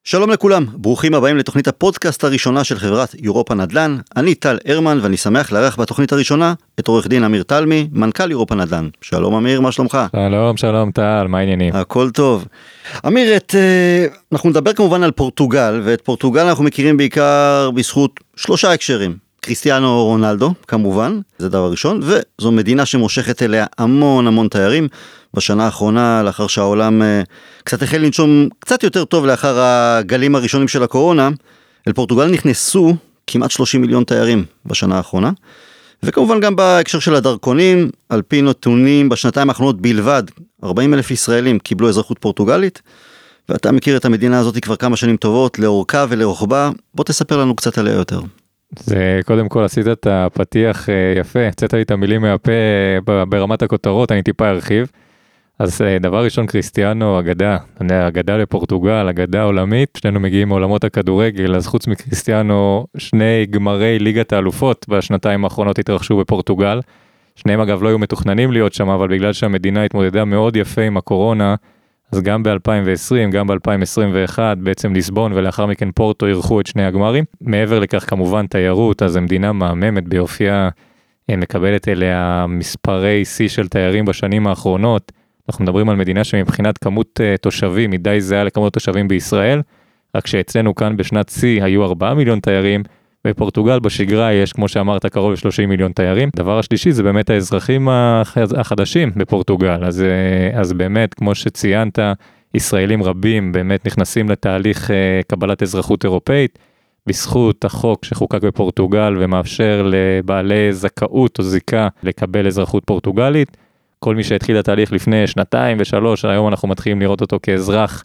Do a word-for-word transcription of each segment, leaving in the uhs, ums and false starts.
שלום לכולם, ברוכים הבאים לתוכנית הפודקאסט הראשונה של חברת יורופה נדל"ן. אני טל הרמן ואני שמח לארח בתוכנית הראשונה את עורך דין אמיר תלמי, מנכ"ל יורופה נדל"ן. שלום אמיר, מה שלומך? שלום, שלום טל, מה העניינים? הכל טוב. אמיר, את, אנחנו נדבר כמובן על פורטוגל, ואת פורטוגל אנחנו מכירים בעיקר בזכות שלושה הקשרים. קריסטיאנו רונלדו, כמובן, זה דבר ראשון, וזו מדינה שמושכת אליה המון המון תיירים. בשנה האחרונה, לאחר שהעולם קצת החל לנשום קצת יותר טוב לאחר הגלים הראשונים של הקורונה, אל פורטוגל נכנסו כמעט שלושים מיליון תיירים בשנה האחרונה, וכמובן גם בהקשר של הדרכונים, על פי נתונים בשנתיים האחרונות בלבד, ארבעים אלף ישראלים קיבלו אזרחות פורטוגלית, ואתה מכיר את המדינה הזאת כבר כמה שנים טובות, לאורכה ולרוחבה, בוא תספר לנו קצת עליה יותר. זה קודם כל עשית את הפתיח יפה, יצאת לי את המילים מהפה ברמת הכותרות, אני טיפה ארחיב. אז דבר ראשון, קריסטיאנו, אגדה, אגדה לפורטוגל, אגדה עולמית, שנינו מגיעים מעולמות הכדורגל, אז חוץ מקריסטיאנו, שני גמרי ליגת האלופות בשנתיים האחרונות התרחשו בפורטוגל, שניהם אגב לא היו מתוכננים להיות שם, אבל בגלל שהמדינה התמודדה מאוד יפה עם הקורונה, אז גם ב-אלפיים ועשרים, גם ב-אלפיים עשרים ואחת, בעצם ליסבון ולאחר מכן פורטו אירחו את שני הגמרים. מעבר לכך כמובן תיירות, אז המדינה מהממת ביופייה, מקבלת אליה מספרי שיא של תיירים בשנים האחרונות. אנחנו מדברים על מדינה שמבחינת כמות תושבים, מדי זהה לכמות תושבים בישראל, רק שאצלנו כאן בשנת שיא היו ארבעה מיליון תיירים, בפורטוגל בשגרה יש, כמו שאמרת, קרוב ל-שלושים מיליון תיירים. דבר השלישי זה באמת האזרחים החדשים בפורטוגל, אז, אז באמת, כמו שציינת, ישראלים רבים באמת נכנסים לתהליך קבלת אזרחות אירופאית, בזכות החוק שחוקק בפורטוגל ומאפשר לבעלי זכאות או זיקה לקבל אזרחות פורטוגלית. כל מי שהתחיל התהליך לפני שנתיים ושלוש, היום אנחנו מתחילים לראות אותו כאזרח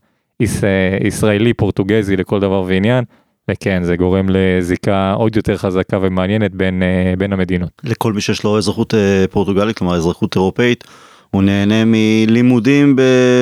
ישראלי פורטוגזי לכל דבר ועניין, וכן, זה גורם לזיקה עוד יותר חזקה ומעניינת בין, בין המדינות. לכל מי שיש לו אזרחות פורטוגלית, כלומר אזרחות אירופאית, הוא נהנה מלימודים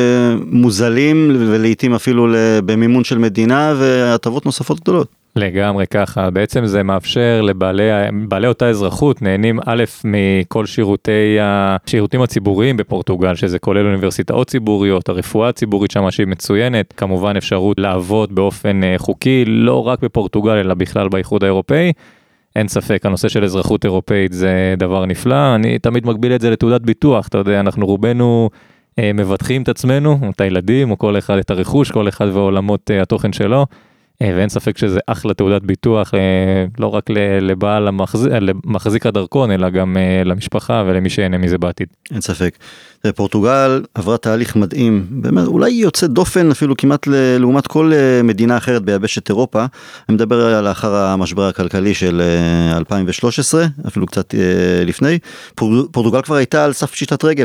במוזלים, ולעיתים אפילו במימון של מדינה, והטבות נוספות גדולות. לגמרי ככה, בעצם זה מאפשר לבעלי בעלי אותה אזרחות, נהנים א' מכל שירותי השירותים הציבוריים בפורטוגל, שזה כולל אוניברסיטאות ציבוריות, הרפואה הציבורית שם שהיא מצוינת, כמובן אפשרות לעבוד באופן חוקי, לא רק בפורטוגל אלא בכלל באיחוד האירופאי, אין ספק, הנושא של אזרחות אירופאית זה דבר נפלא, אני תמיד מגביל את זה לתעודת ביטוח, אתה יודע, אנחנו רובנו מבטחים את עצמנו, את הילדים או כל אחד את הרכוש, כל אחד ועולמות התוכן שלו, ואין ספק שזה אחלה תעודת ביטוח, לא רק לבעל המחזיק הדרכון, אלא גם למשפחה ולמי שיהנה מזה בעתיד. אין ספק. פורטוגל עברה תהליך מדהים, באמת, אולי יוצא דופן אפילו כמעט לעומת כל מדינה אחרת ביבשת אירופה. אני מדבר לאחר המשבר הכלכלי של אלפיים ושלוש עשרה, אפילו קצת לפני. פורטוגל כבר הייתה על סף פשיטת רגל,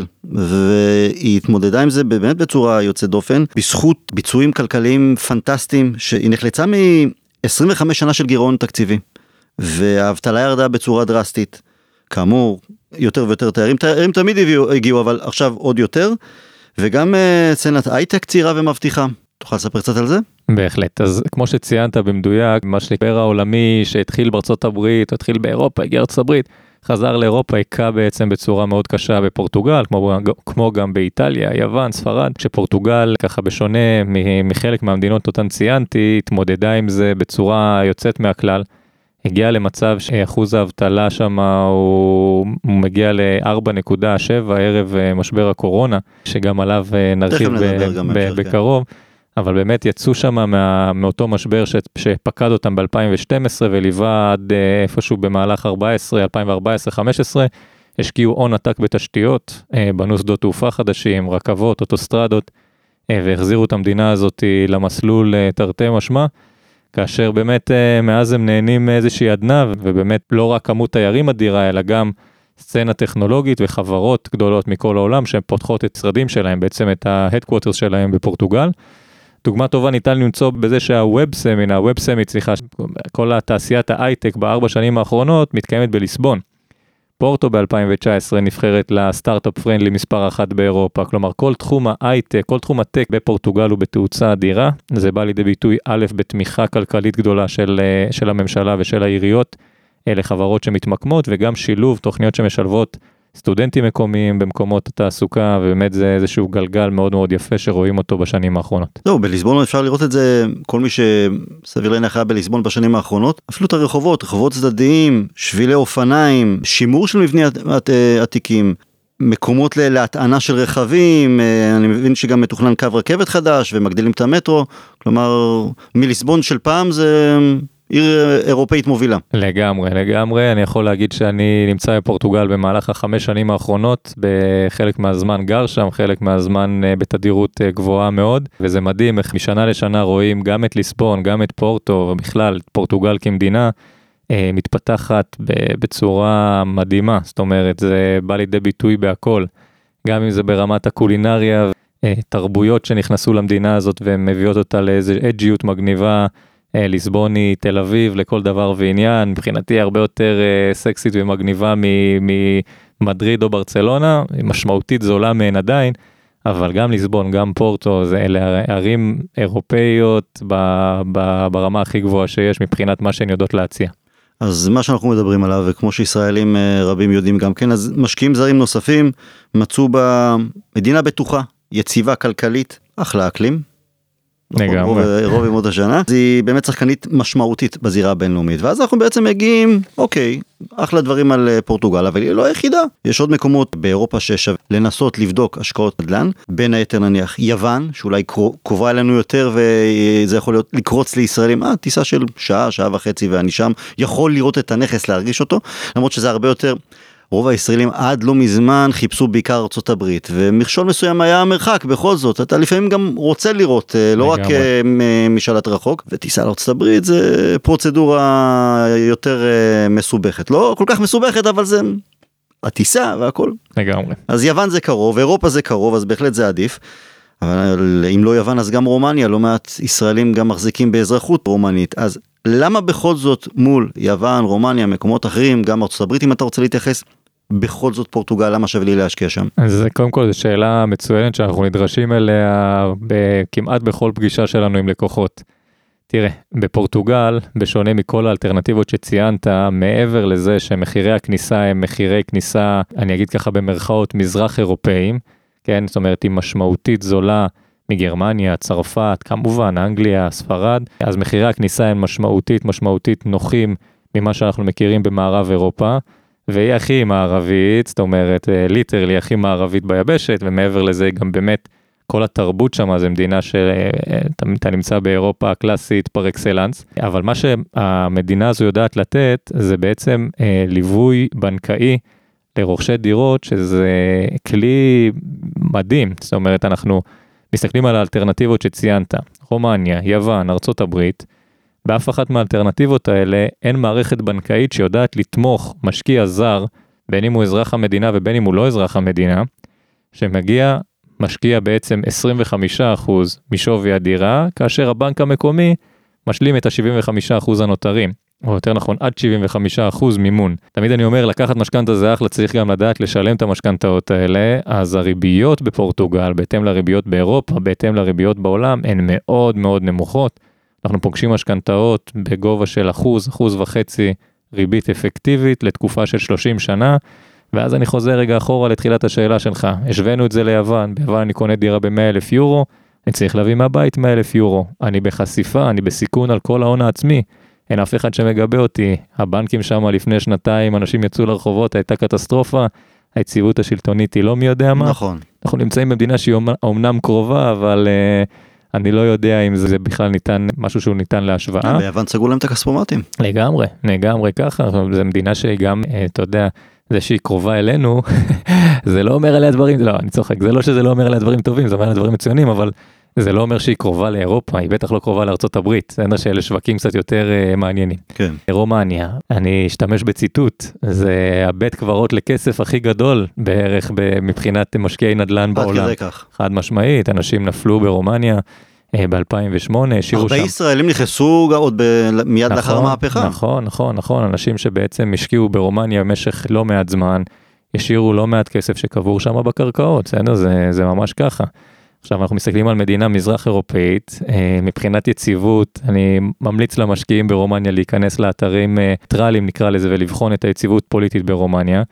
והיא התמודדה עם זה באמת בצורה יוצא דופן, בזכות ביצועים כלכליים פנטסטיים, שהיא נחלצה מ-עשרים וחמש שנה של גירעון תקציבי, והאבטלה ירדה בצורה דרסטית. כאמור, יותר ויותר תיירים, תיירים תמיד הגיעו, הגיעו, אבל עכשיו עוד יותר, וגם סצנת הייטק צעירה ומבטיחה. תוכל לספר קצת על זה? בהחלט, אז כמו שציינת במדויק, מה שנקרא העולמי שהתחיל בארצות הברית, התחיל באירופה, הגיע ארצות הברית, חזר לאירופה, היכה בעצם בצורה מאוד קשה בפורטוגל, כמו, כמו גם באיטליה, יוון, ספרד, שפורטוגל ככה בשונה מחלק מהמדינות אותן ציינתי, התמודדה עם זה בצורה יוצאת מהכלל, הגיע למצב שאחוז האבטלה שם הוא, הוא מגיע ל-ארבע נקודה שבע ערב משבר הקורונה, שגם עליו נרחיב ב- בקרוב, אבל באמת יצאו שם מה, מאותו משבר ש, שפקד אותם ב-אלפיים ושתים עשרה וליווה עד איפשהו במהלך אלפיים וארבע עשרה חמש עשרה, השקיעו הון עתק בתשתיות, בנו שדות תעופה חדשים, רכבות, אוטוסטרדות, והחזירו את המדינה הזאת למסלול תרתי משמע, כאשר באמת מאז הם נהנים מאיזושהי עדנה, ובאמת לא רק כמות תיירים אדירה, אלא גם סצנה טכנולוגית וחברות גדולות מכל העולם, שהן פותחות את שרדים שלהם, בעצם את ה-headquarters שלהם בפורטוגל. דוגמה טובה ניתן למצוא בזה שהווב סמינט, הווב סמינט, סליחה, כל התעשיית ההייטק בארבע שנים האחרונות מתקיימת בליסבון. פורטו ב-אלפיים תשע עשרה נבחרת לסטארט-אפ פרנדלי מספר אחת באירופה, כלומר כל תחום ההייטק, כל תחום הטק בפורטוגל הוא בתאוצה אדירה, זה בא לידי ביטוי א' בתמיכה כלכלית גדולה של, של הממשלה ושל העיריות, אלה חברות שמתמקמות וגם שילוב תוכניות שמשלבות סטודנטים מקומיים במקומות התעסוקה, ובאמת זה איזשהו גלגל מאוד מאוד יפה שרואים אותו בשנים האחרונות. לא, בליסבון אפשר לראות את זה, כל מי שסביר להניח היה בליסבון בשנים האחרונות, אפילו את הרחובות, רחובות צדדיים, שבילי אופניים, שימור של מבנים עתיקים, מקומות להטענה של רכבים, אני מבין שגם מתוכנן קו רכבת חדש ומגדילים את המטרו, כלומר מליסבון של פעם זה עיר אירופאית מובילה. לגמרי, לגמרי, אני יכול להגיד שאני נמצא בפורטוגל במהלך החמש שנים האחרונות, בחלק מהזמן גר שם, חלק מהזמן בתדירות גבוהה מאוד, וזה מדהים איך משנה לשנה רואים גם את ליסבון, גם את פורטו, ובכלל פורטוגל כמדינה, מתפתחת בצורה מדהימה, זאת אומרת, זה בא לידי ביטוי בהכל, גם אם זה ברמת הקולינריה, תרבויות שנכנסו למדינה הזאת ומביאות אותה לאיזו אג'יות מגניבה, ליסבוני, תל אביב, לכל דבר ועניין, מבחינתי הרבה יותר סקסית ומגניבה ממדריד או ברצלונה, משמעותית זולה מהן עדיין, אבל גם ליסבון, גם פורטו, אלה ערים אירופאיות ברמה הכי גבוהה שיש מבחינת מה שהן יודעות להציע. אז מה שאנחנו מדברים עליו, וכמו שישראלים רבים יודעים גם כן, אז משקיעים זרים נוספים מצאו במדינה בטוחה, יציבה כלכלית, אחלה אקלים, רוב, רוב ימות השנה, אז היא באמת שחקנית משמעותית בזירה הבינלאומית, ואז אנחנו בעצם מגיעים, אוקיי, אחלה דברים על פורטוגל, אבל היא לא היחידה, יש עוד מקומות באירופה ששווה לנסות לבדוק השקעות נדל"ן, בין היתר נניח יוון, שאולי קרובה אלינו יותר, וזה יכול להיות לקרוץ לישראלים, אה, טיסה של שעה, שעה וחצי, ואני שם יכול לראות את הנכס, להרגיש אותו, למרות שזה הרבה יותר, רוב הישראלים עד לא מזמן חיפשו בעיקר ארצות הברית, ומכשול מסוים היה המרחק, בכל זאת, אתה לפעמים גם רוצה לראות, לא רק משאלת רחוק, וטיסה לארצות הברית זה פרוצדורה יותר מסובכת, לא כל כך מסובכת, אבל זה הטיסה והכל. לגמרי. אז יוון זה קרוב, אירופה זה קרוב, אז בהחלט זה עדיף, אבל אם לא יוון אז גם רומניה, לא מעט ישראלים גם מחזיקים באזרחות רומנית, אז למה בכל זאת מול יוון, רומניה, מקומות אחרים, גם ארצות הברית, אם אתה רוצה להתייחס, בכל זאת פורטוגל, למה שווה לי להשקיע שם? אז קודם כל, זו שאלה מצוינת שאנחנו נדרשים אליה כמעט בכל פגישה שלנו עם לקוחות. תראה, בפורטוגל, בשונה מכל האלטרנטיבות שציינת, מעבר לזה שמחירי הכניסה הם מחירי כניסה, אני אגיד ככה במרכאות, מזרח אירופאים, כן, זאת אומרת, היא משמעותית זולה, מגרמניה, צרפת, כמובן, אנגליה, ספרד, אז מחירי הכניסה הם משמעותית, משמעותית נוחים ממה שאנחנו מכירים במערב אירופה, והיא הכי מערבית, זאת אומרת, ליטרלי הכי מערבית ביבשת, ומעבר לזה גם באמת כל התרבות שם, זה מדינה שאתה נמצא באירופה הקלאסית פר אקסלנס, אבל מה שהמדינה הזו יודעת לתת, זה בעצם ליווי בנקאי לרוכשי דירות, שזה כלי מדהים, זאת אומרת, אנחנו מסתכלים על האלטרנטיבות שציינת, רומניה, יוון, ארצות הברית, באף אחת מהאלטרנטיבות האלה אין מערכת בנקאית שיודעת לתמוך משקיע זר, בין אם הוא אזרח המדינה ובין אם הוא לא אזרח המדינה, שמגיע משקיע בעצם עשרים וחמישה אחוז משווי הדירה, כאשר הבנק המקומי משלים את ה-שבעים וחמישה אחוז הנותרים, או יותר נכון עד שבעים וחמישה אחוז מימון. תמיד אני אומר, לקחת משכנתא זה אחלה, צריך גם לדעת לשלם את המשכנתאות האלה, אז הריביות בפורטוגל, בהתאם לריביות באירופה, בהתאם לריביות בעולם, הן מאוד מאוד נמוכות. אנחנו פוגשים משכנתאות בגובה של אחוז, אחוז וחצי ריבית אפקטיבית לתקופה של שלושים שנה, ואז אני חוזר רגע אחורה לתחילת השאלה שלך. השווינו את זה ליוון, ביוון אני קונה דירה ב-מאה אלף יורו, אני צריך להביא מהבית מאה אלף יורו. אני בחשיפה, אני בסיכון על כל ההון העצמי. אין אף אחד שמגבה אותי. הבנקים שם לפני שנתיים, אנשים יצאו לרחובות, הייתה קטסטרופה, היציבות השלטונית היא לא מי יודע מה. נכון. אנחנו נמצאים במדינה שהיא אומנם קרובה, אבל uh, אני לא יודע אם זה בכלל ניתן, משהו שהוא ניתן להשוואה. ביוון סגרו להם את הכספומטים. לגמרי, לגמרי ככה. זו מדינה שהיא גם, uh, אתה יודע, זה שהיא קרובה אלינו, זה לא אומר עליה דברים, לא, אני צוחק, זה לא שזה לא אומר עליה דברים טובים, זה אומר עליה דברים מצוינים, אבל זה לא אומר שהיא קרובה לאירופה, היא בטח לא קרובה לארצות הברית, זה אומר שאלה שווקים קצת יותר uh, מעניינים. כן. רומניה, אני אשתמש בציטוט, זה הבית קברות לכסף הכי גדול, בערך מבחינת משקיעי נדל"ן בעולם. עד כדי כך. חד משמעית, אנשים נפלו ברומניה, ב-אלפיים ושמונה, השאירו שם. הרבה ישראלים נכנסו עוד מיד לאחר המהפכה. נכון, נכון, נכון, אנשים שבעצם השקיעו ברומניה במשך לא מעט זמן, השאירו לא מעט כסף שקבור שם בקרקעות, בסדר? זה, זה ממש ככה. עכשיו אנחנו מסתכלים על מדינה מזרח אירופאית, מבחינת יציבות, אני ממליץ למשקיעים ברומניה להיכנס לאתרים טרלים נקרא לזה, ולבחון את היציבות פוליטית ברומניה.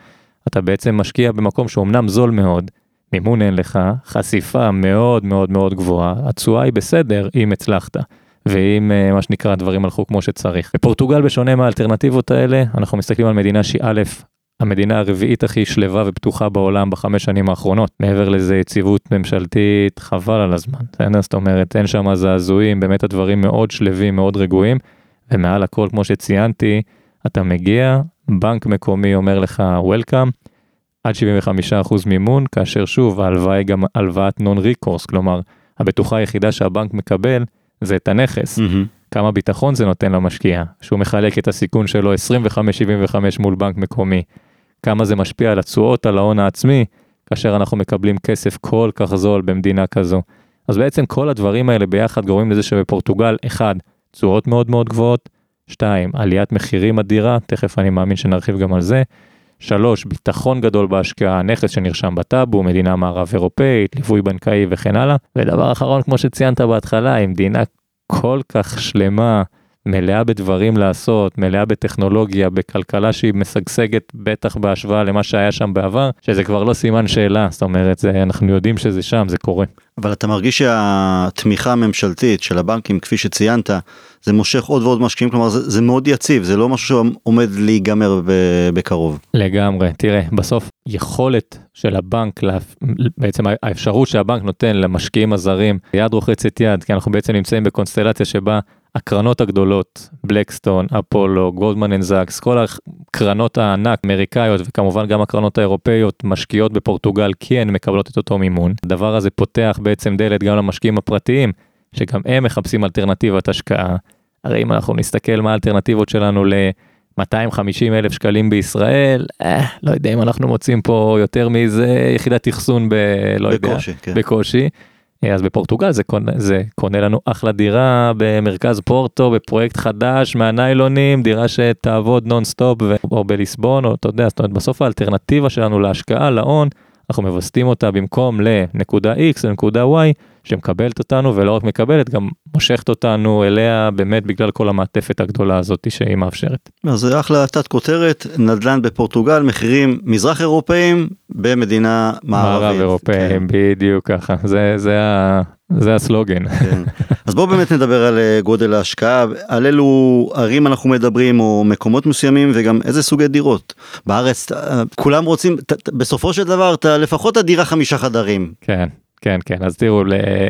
אתה בעצם משקיע במקום שאומנם זול מאוד, מימון אין לך, חשיפה מאוד מאוד מאוד גבוהה, התשואה היא בסדר אם הצלחת, ואם מה שנקרא הדברים הלכו כמו שצריך. בפורטוגל בשונה מהאלטרנטיבות האלה, אנחנו מסתכלים על מדינה שהיא א', המדינה הרביעית הכי שלווה ופתוחה בעולם בחמש שנים האחרונות. מעבר לזה יציבות ממשלתית, חבל על הזמן. זאת אומרת, אין שם זעזועים, באמת הדברים מאוד שלווים, מאוד רגועים, ומעל הכל, כמו שציינתי, אתה מגיע, בנק מקומי אומר לך, Welcome, עד שבעים וחמישה אחוז מימון, כאשר שוב, ההלוואה היא גם הלוואת נון-ריקורס, כלומר, הבטוחה היחידה שהבנק מקבל, זה את הנכס. Mm-hmm. כמה ביטחון זה נותן למשקיע, שהוא מחלק את הסיכון שלו עשרים וחמש שבעים וחמש מול בנק מקומי, כמה זה משפיע על התשואות, על ההון העצמי, כאשר אנחנו מקבלים כסף כל כך זול במדינה כזו. אז בעצם כל הדברים האלה ביחד גורמים לזה שבפורטוגל, אחד, תשואות מאוד מאוד גבוהות, שתיים, עליית מחירים אדירה, תכף אני מאמין שנרחיב גם על זה, שלוש, ביטחון גדול בהשקעה, נכס שנרשם בטאבו, מדינה מערב אירופאית, ליווי בנקאי וכן הלאה, ודבר אחרון, כמו שציינת בהתחלה, היא מדינה כל כך שלמה, מלאה בדברים לעשות, מלאה בטכנולוגיה, בכלכלה שהיא משגשגת בטח בהשוואה למה שהיה שם בעבר, שזה כבר לא סימן שאלה, זאת אומרת, זה, אנחנו יודעים שזה שם, זה קורה. אבל אתה מרגיש שהתמיכה הממשלתית של הבנקים, כפי שציינת, זה מושך עוד ועוד משקיעים, כלומר זה, זה מאוד יציב, זה לא משהו שעומד להיגמר בקרוב. לגמרי, תראה, בסוף יכולת של הבנק, בעצם האפשרות שהבנק נותן למשקיעים הזרים, יד רוחצת יד, כי אנחנו בעצם נמצאים בקונסטלציה שבה הקרנות הגדולות, בלקסטון, אפולו, גולדמן אנד זאקס, כל הקרנות הענק, אמריקאיות, וכמובן גם הקרנות האירופאיות, משקיעות בפורטוגל, כי הן מקבלות את אותו מימון. הדבר הזה פותח בעצם דלת גם למשקיעים הפרטיים, שגם הם מחפשים אלטרנטיבת השקעה. הרי אם אנחנו נסתכל מה האלטרנטיבות שלנו ל-מאתיים וחמישים אלף שקלים בישראל, אה, לא יודע אם אנחנו מוצאים פה יותר מאיזה יחידת תחסון ב... לא בקושי, יודע, כן. בקושי. אז בפורטוגל זה קונה, זה קונה לנו אחלה דירה במרכז פורטו, בפרויקט חדש מהניילונים, דירה שתעבוד נון-סטופ, או בליסבון, או אתה יודע, זאת אומרת, בסוף האלטרנטיבה שלנו להשקעה, להון, אנחנו מבסטים אותה במקום לנקודה X, לנקודה Y, שמקבלת אותנו, ולא רק מקבלת, גם מושכת אותנו אליה, באמת בגלל כל המעטפת הגדולה הזאת שהיא מאפשרת. אז זה אחלה תת כותרת, נדל"ן בפורטוגל, מחירים מזרח אירופאים, במדינה מערבית. מערב אירופאים, כן. בדיוק ככה, זה, זה, ה, זה הסלוגן. כן. אז בואו באמת נדבר על גודל ההשקעה, על אילו ערים אנחנו מדברים, או מקומות מסוימים, וגם איזה סוגי דירות. בארץ, כולם רוצים, בסופו של דבר, לפחות הדירה חמישה חדרים. כן. כן, כן, אז תראו,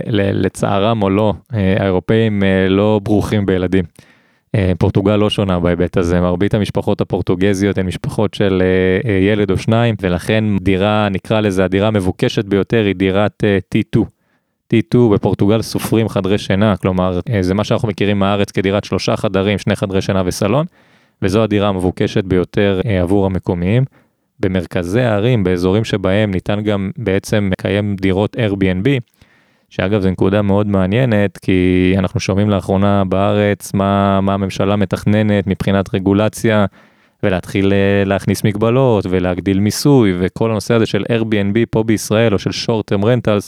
לצערם או לא, האירופאים לא ברוכים בילדים. פורטוגל לא שונה בהיבט הזה, מרבית המשפחות הפורטוגזיות הן משפחות של ילד או שניים, ולכן דירה, נקרא לזה, הדירה המבוקשת ביותר היא דירת טי טו. טי טו בפורטוגל סופרים חדרי שינה, כלומר, זה מה שאנחנו מכירים מהארץ כדירת שלושה חדרים, שני חדרי שינה וסלון, וזו הדירה המבוקשת ביותר עבור המקומיים. במרכזי הערים, באזורים שבהם ניתן גם בעצם לקיים דירות Airbnb, שאגב זו נקודה מאוד מעניינת, כי אנחנו שומעים לאחרונה בארץ מה, מה הממשלה מתכננת מבחינת רגולציה, ולהתחיל להכניס מגבלות, ולהגדיל מיסוי, וכל הנושא הזה של Airbnb פה בישראל, או של short term rentals,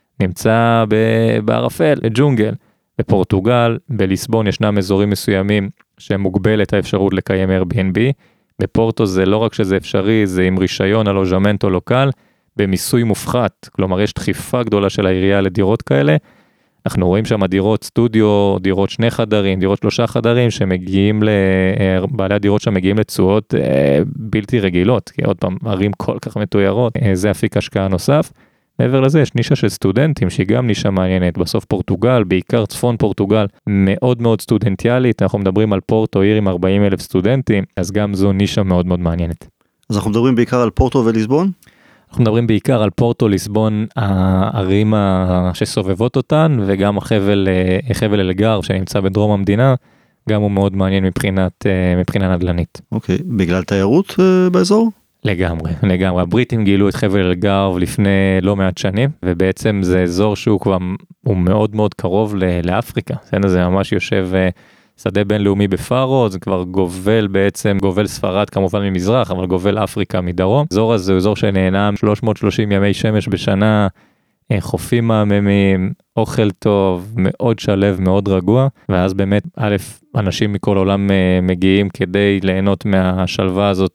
נמצא בערפל, לג'ונגל. בפורטוגל, בליסבון ישנם אזורים מסוימים, שמוגבלת האפשרות לקיים Airbnb, בפורטו זה לא רק שזה אפשרי, זה עם רישיון אלוז'מנטו לוקל, במיסוי מופחת, כלומר יש דחיפה גדולה של העירייה לדירות כאלה, אנחנו רואים שם דירות סטודיו, דירות שני חדרים, דירות שלושה חדרים, שמגיעים לבעלי הדירות שמגיעים לתשואות בלתי רגילות, כי עוד פעם, ערים כל כך מתוירות, זה אפיק השקעה נוסף. מעבר לזה יש נישה של סטודנטים שהיא גם נישה מעניינת, בסוף פורטוגל, בעיקר צפון פורטוגל, מאוד מאוד סטודנטיאלית, אנחנו מדברים על פורטו, עיר עם ארבעים אלף סטודנטים, אז גם זו נישה מאוד מאוד מעניינת. אז אנחנו מדברים בעיקר על פורטו וליסבון? אנחנו מדברים בעיקר על פורטו, ליסבון, הערים שסובבות אותן, וגם החבל, חבל אלגר שנמצא בדרום המדינה, גם הוא מאוד מעניין מבחינת, מבחינה נדל"נית. אוקיי, בגלל תיירות באזור? לגמרי, לגמרי. הבריטים גילו את חבל אלגרב לפני לא מעט שנים, ובעצם זה אזור שהוא כבר, הוא מאוד מאוד קרוב לאפריקה. זה ממש יושב שדה בינלאומי בפארו, זה כבר גובל בעצם, גובל ספרד כמובן ממזרח, אבל גובל אפריקה מדרום. האזור הזה הוא אזור שנהנה שלוש מאות ושלושים ימי שמש בשנה, חופים מהממים, אוכל טוב, מאוד שלב, מאוד רגוע, ואז באמת, א', אנשים מכל העולם מגיעים כדי ליהנות מהשלווה הזאת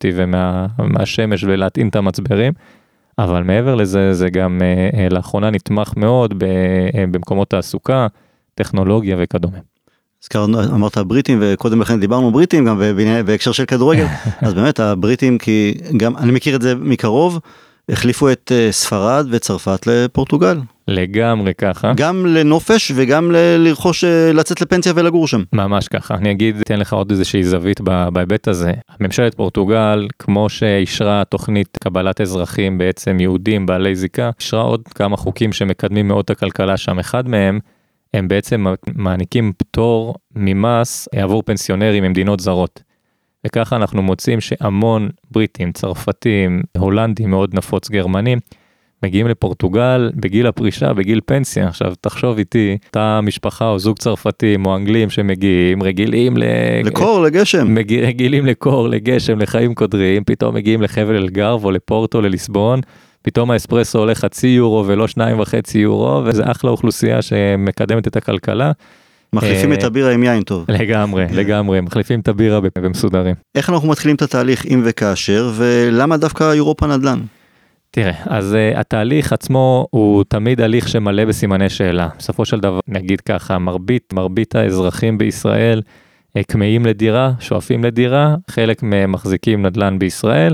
ומהשמש ולהטעין את המצברים, אבל מעבר לזה, זה גם לאחרונה נתמך מאוד במקומות תעסוקה, טכנולוגיה וכדומה. הזכרנו, אמרת הבריטים, וקודם לכן דיברנו בריטים, גם בהקשר של כדורגל, אז באמת הבריטים, כי גם, אני מכיר את זה מקרוב, החליפו את ספרד וצרפת לפורטוגל. לגמרי ככה. גם לנופש וגם ל- לרכוש, לצאת לפנסיה ולגור שם. ממש ככה. אני אגיד, תן לך עוד איזושהי זווית בהיבט הזה. ממשלת פורטוגל, כמו שאישרה תוכנית קבלת אזרחים בעצם יהודים בעלי זיקה, אישרה עוד כמה חוקים שמקדמים מאוד את הכלכלה שם. אחד מהם, הם בעצם מעניקים פטור ממס עבור פנסיונרים ממדינות זרות. וככה אנחנו מוצאים שהמון בריטים, צרפתים, הולנדים, מאוד נפוץ גרמנים, מגיעים לפורטוגל בגיל הפרישה, בגיל פנסיה. עכשיו תחשוב איתי, אתה משפחה או זוג צרפתים או אנגלים שמגיעים, רגילים ל... לקור, לגשם. מגיע, רגילים לקור, לגשם, לחיים קודרים, פתאום מגיעים לחבל אלגרב או לפורטו, לליסבון, פתאום האספרסו עולה חצי יורו ולא שניים וחצי יורו, וזה אחלה אוכלוסייה שמקדמת את הכלכלה. מחליפים את הבירה עם יין טוב. לגמרי, לגמרי, מחליפים את הבירה במסודרים. איך אנחנו מתחילים את התהליך אם וכאשר, ולמה דווקא אירופה נדל"ן? תראה, אז uh, התהליך עצמו הוא תמיד הליך שמלא בסימני שאלה. בסופו של דבר, נגיד ככה, מרבית, מרבית האזרחים בישראל uh, כמאים לדירה, שואפים לדירה, חלק מהם מחזיקים נדל"ן בישראל,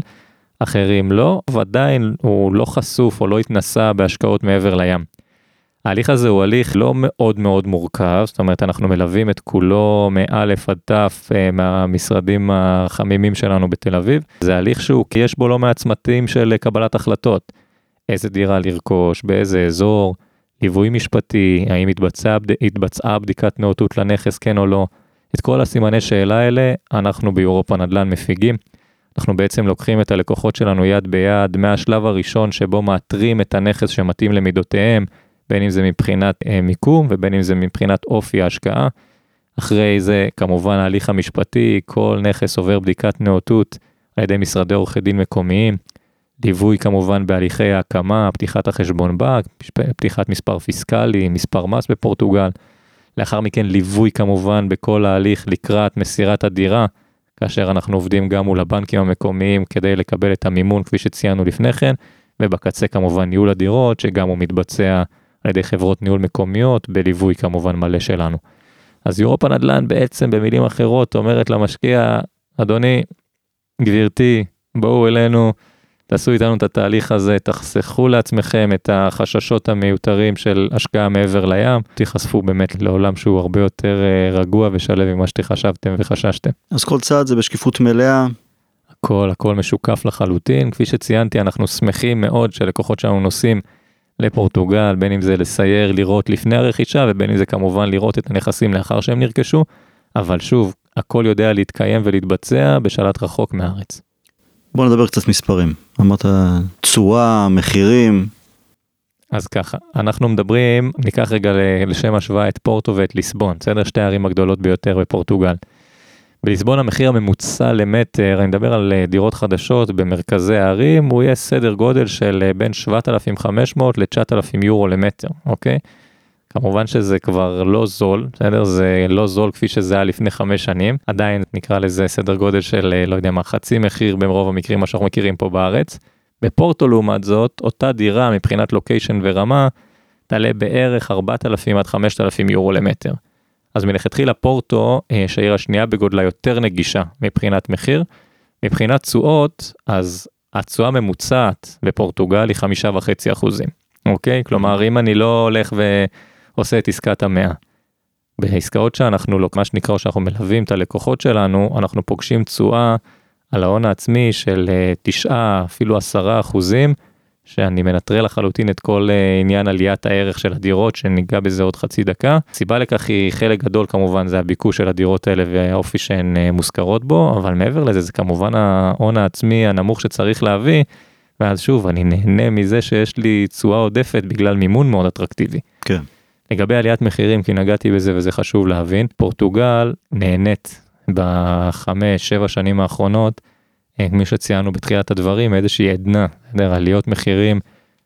אחרים לא, ועדיין הוא לא חשוף או לא התנסה בהשקעות מעבר לים. ההליך הזה הוא הליך לא מאוד מאוד מורכב, זאת אומרת אנחנו מלווים את כולו מאלף עד תף מהמשרדים החמימים שלנו בתל אביב, זה הליך שהוא כי יש בו לא מעט צמתים של קבלת החלטות, איזה דירה לרכוש, באיזה אזור, ליווי משפטי, האם התבצעה, התבצעה בדיקת נאותות לנכס כן או לא, את כל הסימני שאלה האלה אנחנו באירופה נדל"ן מפיגים, אנחנו בעצם לוקחים את הלקוחות שלנו יד ביד מהשלב הראשון שבו מאתרים את הנכס שמתאים למידותיהם, בין אם זה מבחינת אה, מיקום ובין אם זה מבחינת אופי ההשקעה. אחרי זה כמובן ההליך המשפטי, כל נכס עובר בדיקת נאותות על ידי משרדי עורכי דין מקומיים, ליווי כמובן בהליכי ההקמה, פתיחת החשבון בנק, פתיחת מספר פיסקלי, מספר מס בפורטוגל, לאחר מכן ליווי כמובן בכל ההליך לקראת מסירת הדירה, כאשר אנחנו עובדים גם מול הבנקים המקומיים כדי לקבל את המימון כפי שציינו לפני כן, ובקצה כמובן ניהול הדירות שגם הוא מתבצע על ידי חברות ניהול מקומיות, בליווי כמובן מלא שלנו. אז אירופה נדל"ן בעצם במילים אחרות אומרת למשקיע, אדוני, גבירתי, בואו אלינו, תעשו איתנו את התהליך הזה, תחסכו לעצמכם את החששות המיותרים של השקעה מעבר לים, תיחשפו באמת לעולם שהוא הרבה יותר רגוע ושלב ממה שחשבתם וחששתם. אז כל צעד זה בשקיפות מלאה? הכל, הכל משוקף לחלוטין, כפי שציינתי, אנחנו שמחים מאוד שלקוחות שלנו נוסעים לפורטוגל, בין אם זה לסייר, לראות לפני הרכישה, ובין אם זה כמובן לראות את הנכסים לאחר שהם נרכשו, אבל שוב, הכל יודע להתקיים ולהתבצע בשלט רחוק מהארץ. בוא נדבר קצת מספרים. אמרת תשואה, מחירים. אז ככה, אנחנו מדברים, ניקח רגע לשם השוואה את פורטו ואת ליסבון, בסדר? שתי הערים הגדולות ביותר בפורטוגל. בליסבון המחיר הממוצע למטר, אני מדבר על דירות חדשות במרכזי הערים, הוא יהיה סדר גודל של בין שבעת אלפים וחמש מאות ל-תשעת אלפים יורו למטר, אוקיי? כמובן שזה כבר לא זול, בסדר? זה לא זול כפי שזה היה לפני חמש שנים, עדיין נקרא לזה סדר גודל של, לא יודע מה, חצי מחיר ברוב המקרים, מה שאנחנו מכירים פה בארץ. בפורטו לעומת זאת, אותה דירה מבחינת לוקיישן ורמה, תעלה בערך ארבעת אלפים עד חמשת אלפים יורו למטר. אז מלכתחילה פורטו, שהעיר השנייה בגודלה יותר נגישה מבחינת מחיר, מבחינת תשואות, אז התשואה ממוצעת בפורטוגל היא חמישה וחצי אחוזים, אוקיי? כלומר, אם אני לא הולך ועושה את עסקת המאה, בעסקאות שאנחנו, לא, מה שנקרא, שאנחנו מלווים את הלקוחות שלנו, אנחנו פוגשים תשואה על ההון העצמי של תשעה, אפילו עשרה אחוזים, שאני מנטרל לחלוטין את כל עניין עליית הערך של הדירות, שניגע בזה עוד חצי דקה. סיבה לכך היא חלק גדול כמובן, זה הביקוש של הדירות האלה והאופי שהן מוזכרות בו, אבל מעבר לזה זה כמובן ההון העצמי הנמוך שצריך להביא, ואז שוב אני נהנה מזה שיש לי תשואה עודפת בגלל מימון מאוד אטרקטיבי. כן. לגבי עליית מחירים, כי נגעתי בזה וזה חשוב להבין, פורטוגל נהנית בחמש, שבע שנים האחרונות, מי שציינו בתחילת הדברים, איזושהי עדנה, עליות מחירים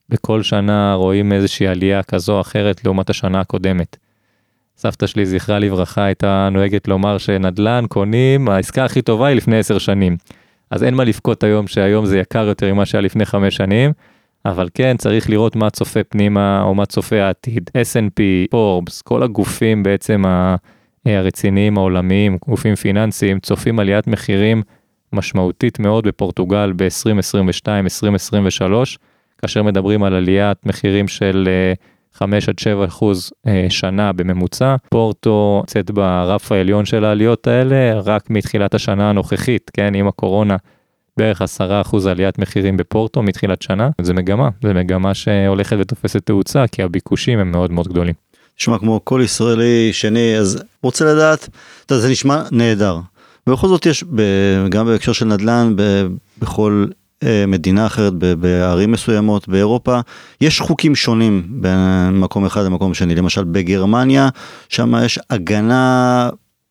בכל שנה רואים איזושהי עלייה כזו או אחרת לעומת השנה הקודמת. סבתא שלי זכרה לברכה הייתה נוהגת לומר שנדל"ן קונים, העסקה הכי טובה היא לפני עשר שנים. אז אין מה לפקוט היום שהיום זה יקר יותר ממה שהיה לפני חמש שנים, אבל כן צריך לראות מה צופה פנימה או מה צופה העתיד. אס אנד פי, פורבס, כל הגופים בעצם הרציניים העולמיים, גופים פיננסיים, צופים עליית מחירים משמעותית מאוד בפורטוגל ב-עשרים עשרים ושתיים עשרים עשרים ושלוש, כאשר מדברים על עליית מחירים של חמש עד שבע אחוז שנה בממוצע. פורטו צאת ברף העליון של העליות האלה רק מתחילת השנה הנוכחית, כן, עם הקורונה, בערך עשרה אחוז עליית מחירים בפורטו מתחילת שנה. זה מגמה, זה מגמה שהולכת ותופסת תאוצה, כי הביקושים הם מאוד מאוד גדולים. נשמע כמו כל ישראלי שני, אז רוצה לדעת, זה נשמע נהדר. ובכל זאת יש, גם בהקשר של נדל"ן, בכל מדינה אחרת, בערים מסוימות, באירופה, יש חוקים שונים בין מקום אחד למקום שני. למשל בגרמניה, שם יש הגנה,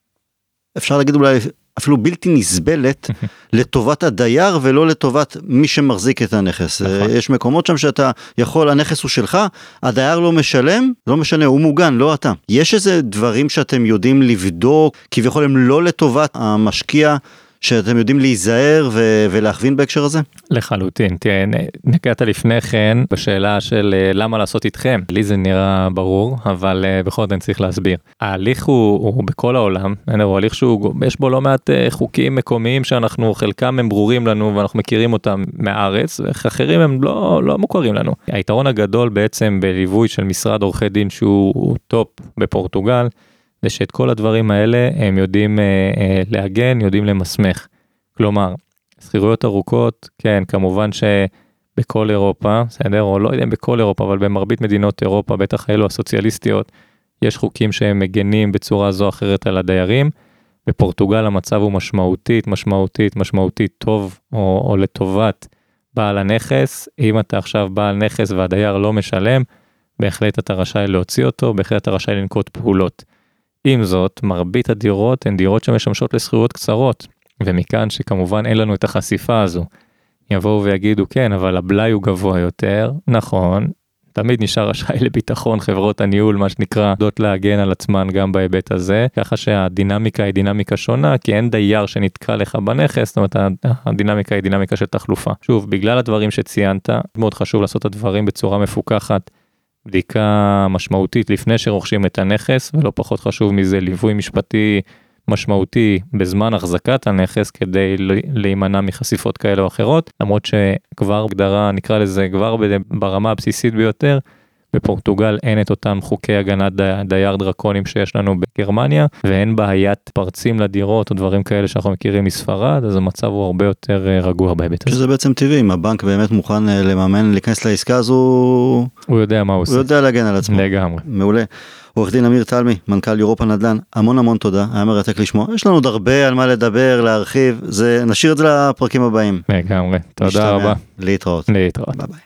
אפשר להגיד אולי אפילו בלתי נסבלת, לטובת הדייר ולא לטובת מי שמחזיק את הנכס. יש מקומות שם שאתה יכול, הנכס הוא שלך, הדייר לא משלם, לא משנה, הוא מוגן, לא אתה. יש איזה דברים שאתם יודעים לבדוק, כביכול הם לא לטובת המשקיע, שאתם יודעים להיזהר ו- ולהכווין בהקשר הזה? לחלוטין, תראה, נגעת לפני כן בשאלה של למה לעשות איתכם. לי זה נראה ברור, אבל בכל זאת אני צריך להסביר. ההליך הוא, הוא בכל העולם, הוא הליך שהוא, יש בו לא מעט חוקים מקומיים שאנחנו, חלקם הם ברורים לנו ואנחנו מכירים אותם מהארץ, ואחרים הם לא, לא מוכרים לנו. היתרון הגדול בעצם בליווי של משרד עורכי דין שהוא טופ בפורטוגל, זה שאת כל הדברים האלה הם יודעים אה, אה, להגן, יודעים למסמך. כלומר, שכירויות ארוכות, כן, כמובן שבכל אירופה, בסדר, או לא יודע בכל אירופה, אבל במרבית מדינות אירופה, בטח אלו הסוציאליסטיות, יש חוקים שהם מגנים בצורה זו או אחרת על הדיירים. בפורטוגל המצב הוא משמעותית, משמעותית, משמעותית טוב, או, או לטובת בעל הנכס. אם אתה עכשיו בעל נכס והדייר לא משלם, בהחלט אתה רשאי להוציא אותו, בהחלט אתה רשאי לנקוט פעולות. עם זאת, מרבית הדירות הן דירות שמשמשות לשכירויות קצרות, ומכאן שכמובן אין לנו את החשיפה הזו. יבואו ויגידו, כן, אבל הבלאי הוא גבוה יותר, נכון, תמיד נשאר רשאי לביטחון חברות הניהול, מה שנקרא, יודעות להגן על עצמן גם בהיבט הזה, ככה שהדינמיקה היא דינמיקה שונה, כי אין דייר שנתקע לך בנכס, זאת אומרת, הדינמיקה היא דינמיקה של תחלופה. שוב, בגלל הדברים שציינת, מאוד חשוב לעשות את הדברים בצורה מפוקחת, בדיקה משמעותית לפני שרוכשים את הנכס, ולא פחות חשוב מזה ליווי משפטי משמעותי בזמן החזקת הנכס, כדי להימנע מחשיפות כאלה או אחרות, למרות שכבר בגדרה, נקרא לזה כבר ברמה הבסיסית ביותר, בפורטוגל אין את אותם חוקי הגנת דייר דרקונים שיש לנו בגרמניה, ואין בעיית פרצים לדירות או דברים כאלה שאנחנו מכירים מספרד, אז המצב הוא הרבה יותר רגוע בהיבט הזה. שזה בעצם טבעי, אם הבנק באמת מוכן לממן, להיכנס לעסקה הזו, הוא יודע מה הוא עושה. הוא יודע להגן על עצמו. לגמרי. מעולה. עורך דין אמיר תלמי, מנכ"ל אירופה נדל"ן, המון המון תודה, היה מרתק לשמוע. יש לנו עוד הרבה על מה לדבר, להרחיב, זה, נשאיר את זה לפרקים הבאים. לגמרי. תודה רבה. להתראות. להתראות. ביי ביי.